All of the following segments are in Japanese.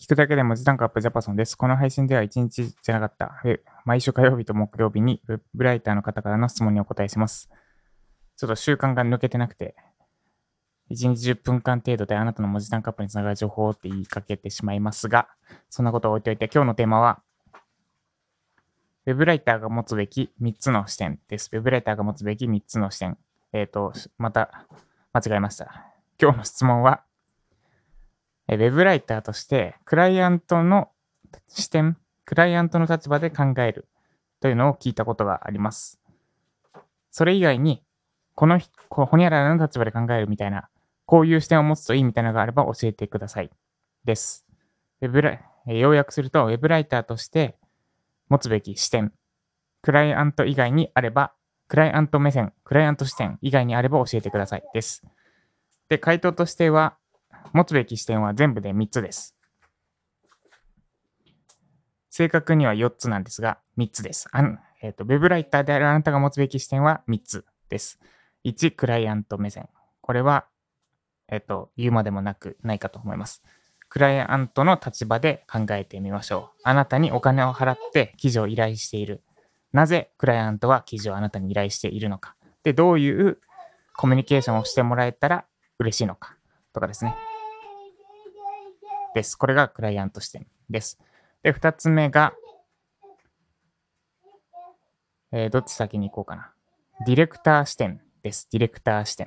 聞くだけで文字単価アップジャパソンです。この配信では1日じゃなかった、毎週火曜日と木曜日にウェブライターの方からの質問にお答えします。ちょっと習慣が抜けてなくて、1日10分間程度であなたの文字単価アップにつながる情報って言いかけてしまいますが、そんなことを置いておいて、今日のテーマは、ウェブライターが持つべき3つの視点です。ウェブライターが持つべき3つの視点。また間違えました。今日の質問は、ウェブライターとしてクライアントの視点、クライアントの立場で考えるというのを聞いたことがあります。それ以外に、ほにゃららの立場で考えるみたいな、こういう視点を持つといいみたいなのがあれば教えてください。です。要約すると、ウェブライターとして持つべき視点、クライアント以外にあれば、クライアント目線、クライアント視点以外にあれば教えてください。です。で、回答としては、持つべき視点は全部で3つです。正確には4つなんですが、3つです。ウェブライターであるあなたが持つべき視点は3つです。1、クライアント目線。これは、言うまでもないかと思います。クライアントの立場で考えてみましょう。あなたにお金を払って記事を依頼している。なぜクライアントは記事をあなたに依頼しているのか。で、どういうコミュニケーションをしてもらえたら嬉しいのか。とかですね。です。これがクライアント視点です。で、2つ目が、どっち先に行こうかな。ディレクター視点です。ディレクター視点。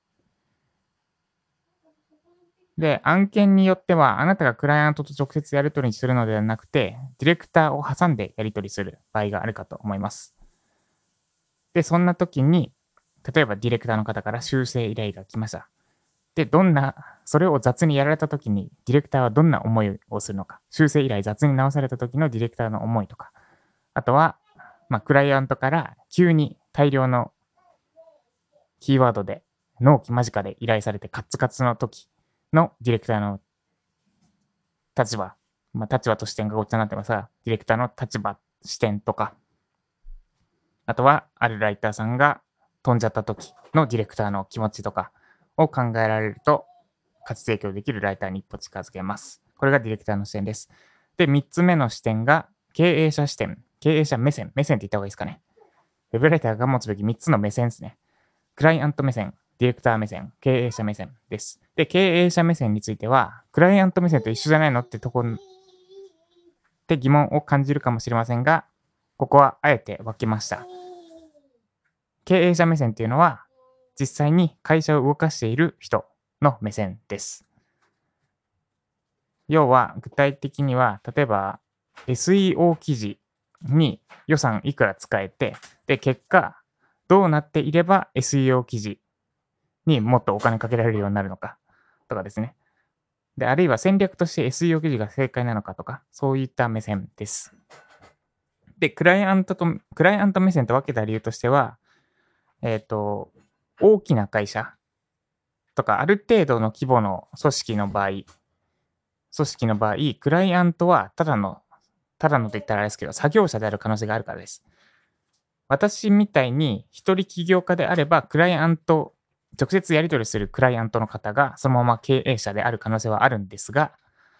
で、案件によっては、あなたがクライアントと直接やり取りするのではなくて、ディレクターを挟んでやり取りする場合があるかと思います。で、そんな時に、例えばディレクターの方から修正依頼が来ました。で、それを雑にやられた時に、ディレクターはどんな思いをするのか。修正依頼雑に直された時のディレクターの思いとか。あとは、クライアントから急に大量のキーワードで納期間近で依頼されてカツカツの時のディレクターの立場、立場と視点がごっちゃになってますが、ディレクターの立場、視点とか、あとはあるライターさんが飛んじゃった時のディレクターの気持ちとかを考えられると、価値提供できるライターに一歩近づけます。これがディレクターの視点です。で、3つ目の視点が経営者視点、経営者目線って言った方がいいですかね。ウェブライターが持つべき3つの目線ですね。クライアント目線、ディレクター目線、経営者目線です。で、経営者目線については、クライアント目線と一緒じゃないのってとこで疑問を感じるかもしれませんが、ここはあえて分けました。経営者目線っていうのは、実際に会社を動かしている人の目線です。要は、具体的には、例えば SEO 記事に予算いくら使えて、で、結果、どうなっていれば SEO 記事にもっとお金かけられるようになるのかとかですね。で、あるいは戦略として SEO 記事が正解なのかとか、そういった目線です。で、クライアント目線と分けた理由としては、大きな会社とか、ある程度の規模の組織の場合、クライアントはただのと言ったらあれですけど、作業者である可能性があるからです。私みたいに一人起業家であれば、直接やり取りするクライアントの方がそのまま経営者である可能性はあるんですが、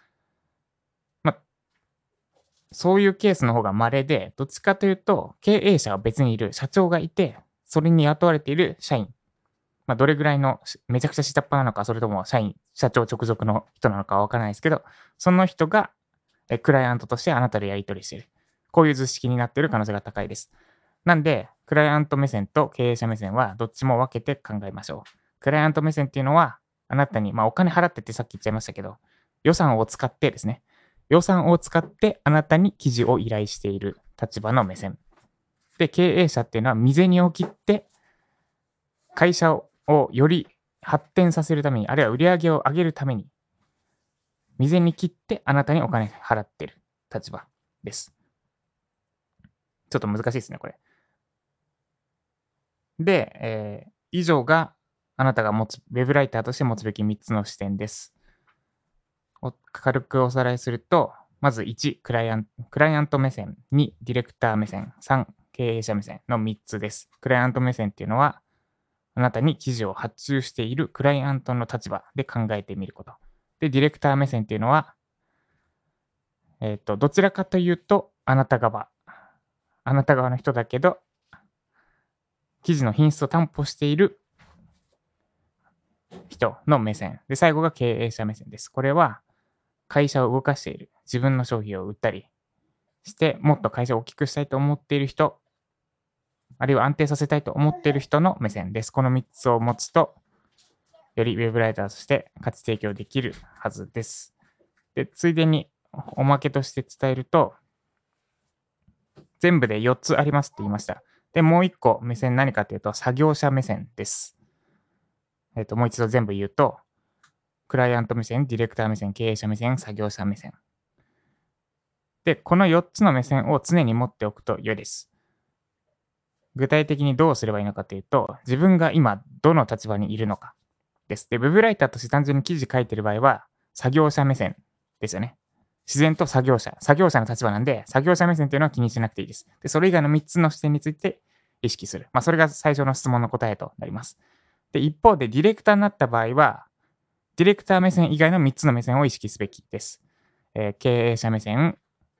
そういうケースの方が稀で、どっちかというと、経営者は別にいる、社長がいて、それに雇われている社員。どれぐらいの、めちゃくちゃ下っ端なのか、それとも社長直属の人なのかはわからないですけど、その人が、クライアントとしてあなたでやり取りしている。こういう図式になっている可能性が高いです。なんで、クライアント目線と経営者目線はどっちも分けて考えましょう。クライアント目線っていうのは、あなたに、お金払ってってさっき言っちゃいましたけど、予算を使ってですね。予算を使ってあなたに記事を依頼している立場の目線。で、経営者っていうのは未然を切って会社をより発展させるために、あるいは売り上げを上げるために、未然に切ってあなたにお金払っている立場です。ちょっと難しいですね、これ。で、以上があなたがウェブライターとして持つべき3つの視点です。軽くおさらいすると、まず1、クライアント目線、2、ディレクター目線、3、経営者目線の3つです。クライアント目線っていうのは、あなたに記事を発注しているクライアントの立場で考えてみること。で、ディレクター目線っていうのは、 どちらかというと、あなた側の人だけど、記事の品質を担保している人の目線。で、最後が経営者目線です。これは会社を動かしている、自分の商品を売ったりして、もっと会社を大きくしたいと思っている人、あるいは安定させたいと思っている人の目線です。この3つを持つと、よりウェブライターとして価値提供できるはずです。で、ついでにおまけとして伝えると、全部で4つありますって言いました。で、もう1個目線何かというと、作業者目線です。もう一度全部言うと、クライアント目線、ディレクター目線、経営者目線、作業者目線。で、この4つの目線を常に持っておくと良いです。具体的にどうすればいいのかというと、自分が今どの立場にいるのかです。で、ウェブライターとして単純に記事書いてる場合は、作業者目線ですよね。自然と作業者の立場なんで、作業者目線っていうのは気にしなくていいです。で、それ以外の3つの視点について意識する。それが最初の質問の答えとなります。で、一方でディレクターになった場合は、ディレクター目線以外の3つの目線を意識すべきです。経営者目線、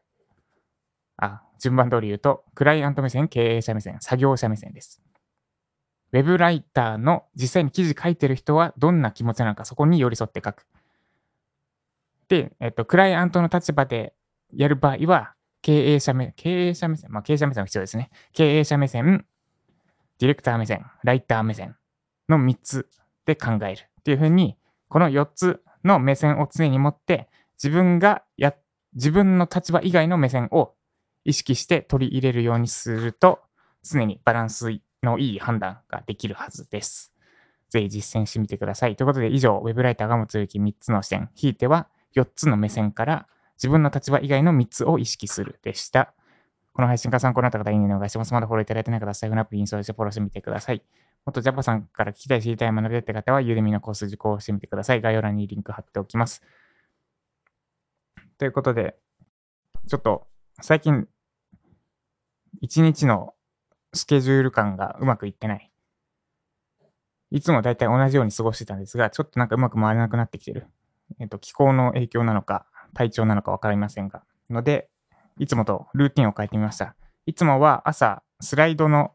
順番通り言うと、クライアント目線、経営者目線、作業者目線です。ウェブライターの実際に記事書いてる人はどんな気持ちなのか、そこに寄り添って書く。で、クライアントの立場でやる場合は、経営者目線、経営者目線も必要ですね。経営者目線、ディレクター目線、ライター目線の3つで考えるっていう風に、この4つの目線を常に持って、自分の立場以外の目線を意識して取り入れるようにすると、常にバランスのいい判断ができるはずです。ぜひ実践してみてください。ということで以上、ウェブライターが持つべき3つの視点、ひいては4つの目線から自分の立場以外の3つを意識するでした。この配信が参考になった方、いいねお願いします。まだフォローいただいてない方は、財布のアプリインストールしてフォローしてみてください。もっと Java さんから聞きたい、知りたい学びたいって方は、Udemy のコース受講してみてください。概要欄にリンク貼っておきます。ということで、ちょっと最近、1日のスケジュール感がうまくいってない。いつもだいたい同じように過ごしてたんですが、ちょっとなんかうまく回らなくなってきてる。気候の影響なのか、体調なのかわかりませんが。ので、いつもとルーティンを変えてみました。いつもは朝、スライドの、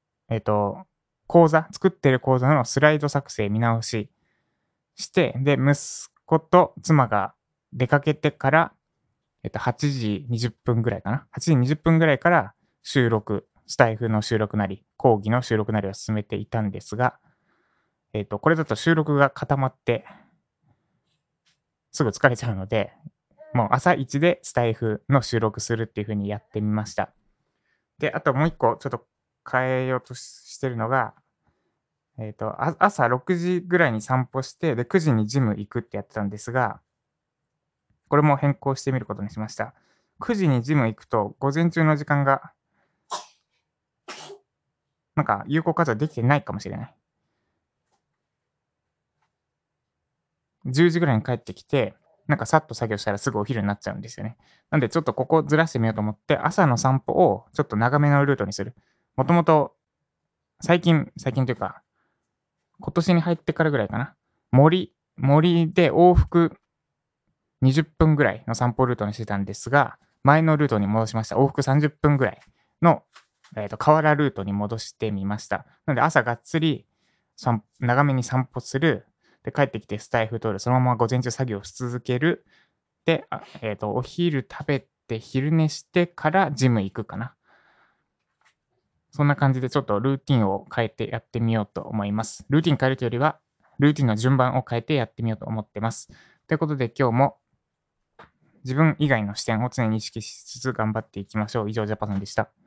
作ってる講座のスライド作成見直しして、で、息子と妻が出かけてから、8時20分ぐらいかな。8時20分ぐらいからスタイフの収録なり、講義の収録なりを進めていたんですが、これだと収録が固まって、すぐ疲れちゃうので、もう朝一でスタイフの収録するっていう風にやってみました。で、あともう一個ちょっと変えようとしてるのが、朝6時ぐらいに散歩して、で、9時にジム行くってやってたんですが、これも変更してみることにしました。9時にジム行くと、午前中の時間が、なんか有効活用できてないかもしれない。10時ぐらいに帰ってきて、なんかさっと作業したらすぐお昼になっちゃうんですよね。なんでちょっとここずらしてみようと思って、朝の散歩をちょっと長めのルートにする。もともと最近というか、今年に入ってからぐらいかな。森で往復20分ぐらいの散歩ルートにしてたんですが、前のルートに戻しました。往復30分ぐらいの、河原ルートに戻してみました。なので朝がっつり長めに散歩する。で、帰ってきてスタイフ取る。そのまま午前中作業し続ける。で、お昼食べて昼寝してからジム行くかな。そんな感じでちょっとルーティンを変えてやってみようと思います。ルーティン変えるというよりは、ルーティンの順番を変えてやってみようと思ってます。ということで今日も自分以外の視点を常に意識しつつ頑張っていきましょう。以上、ジャパさんでした。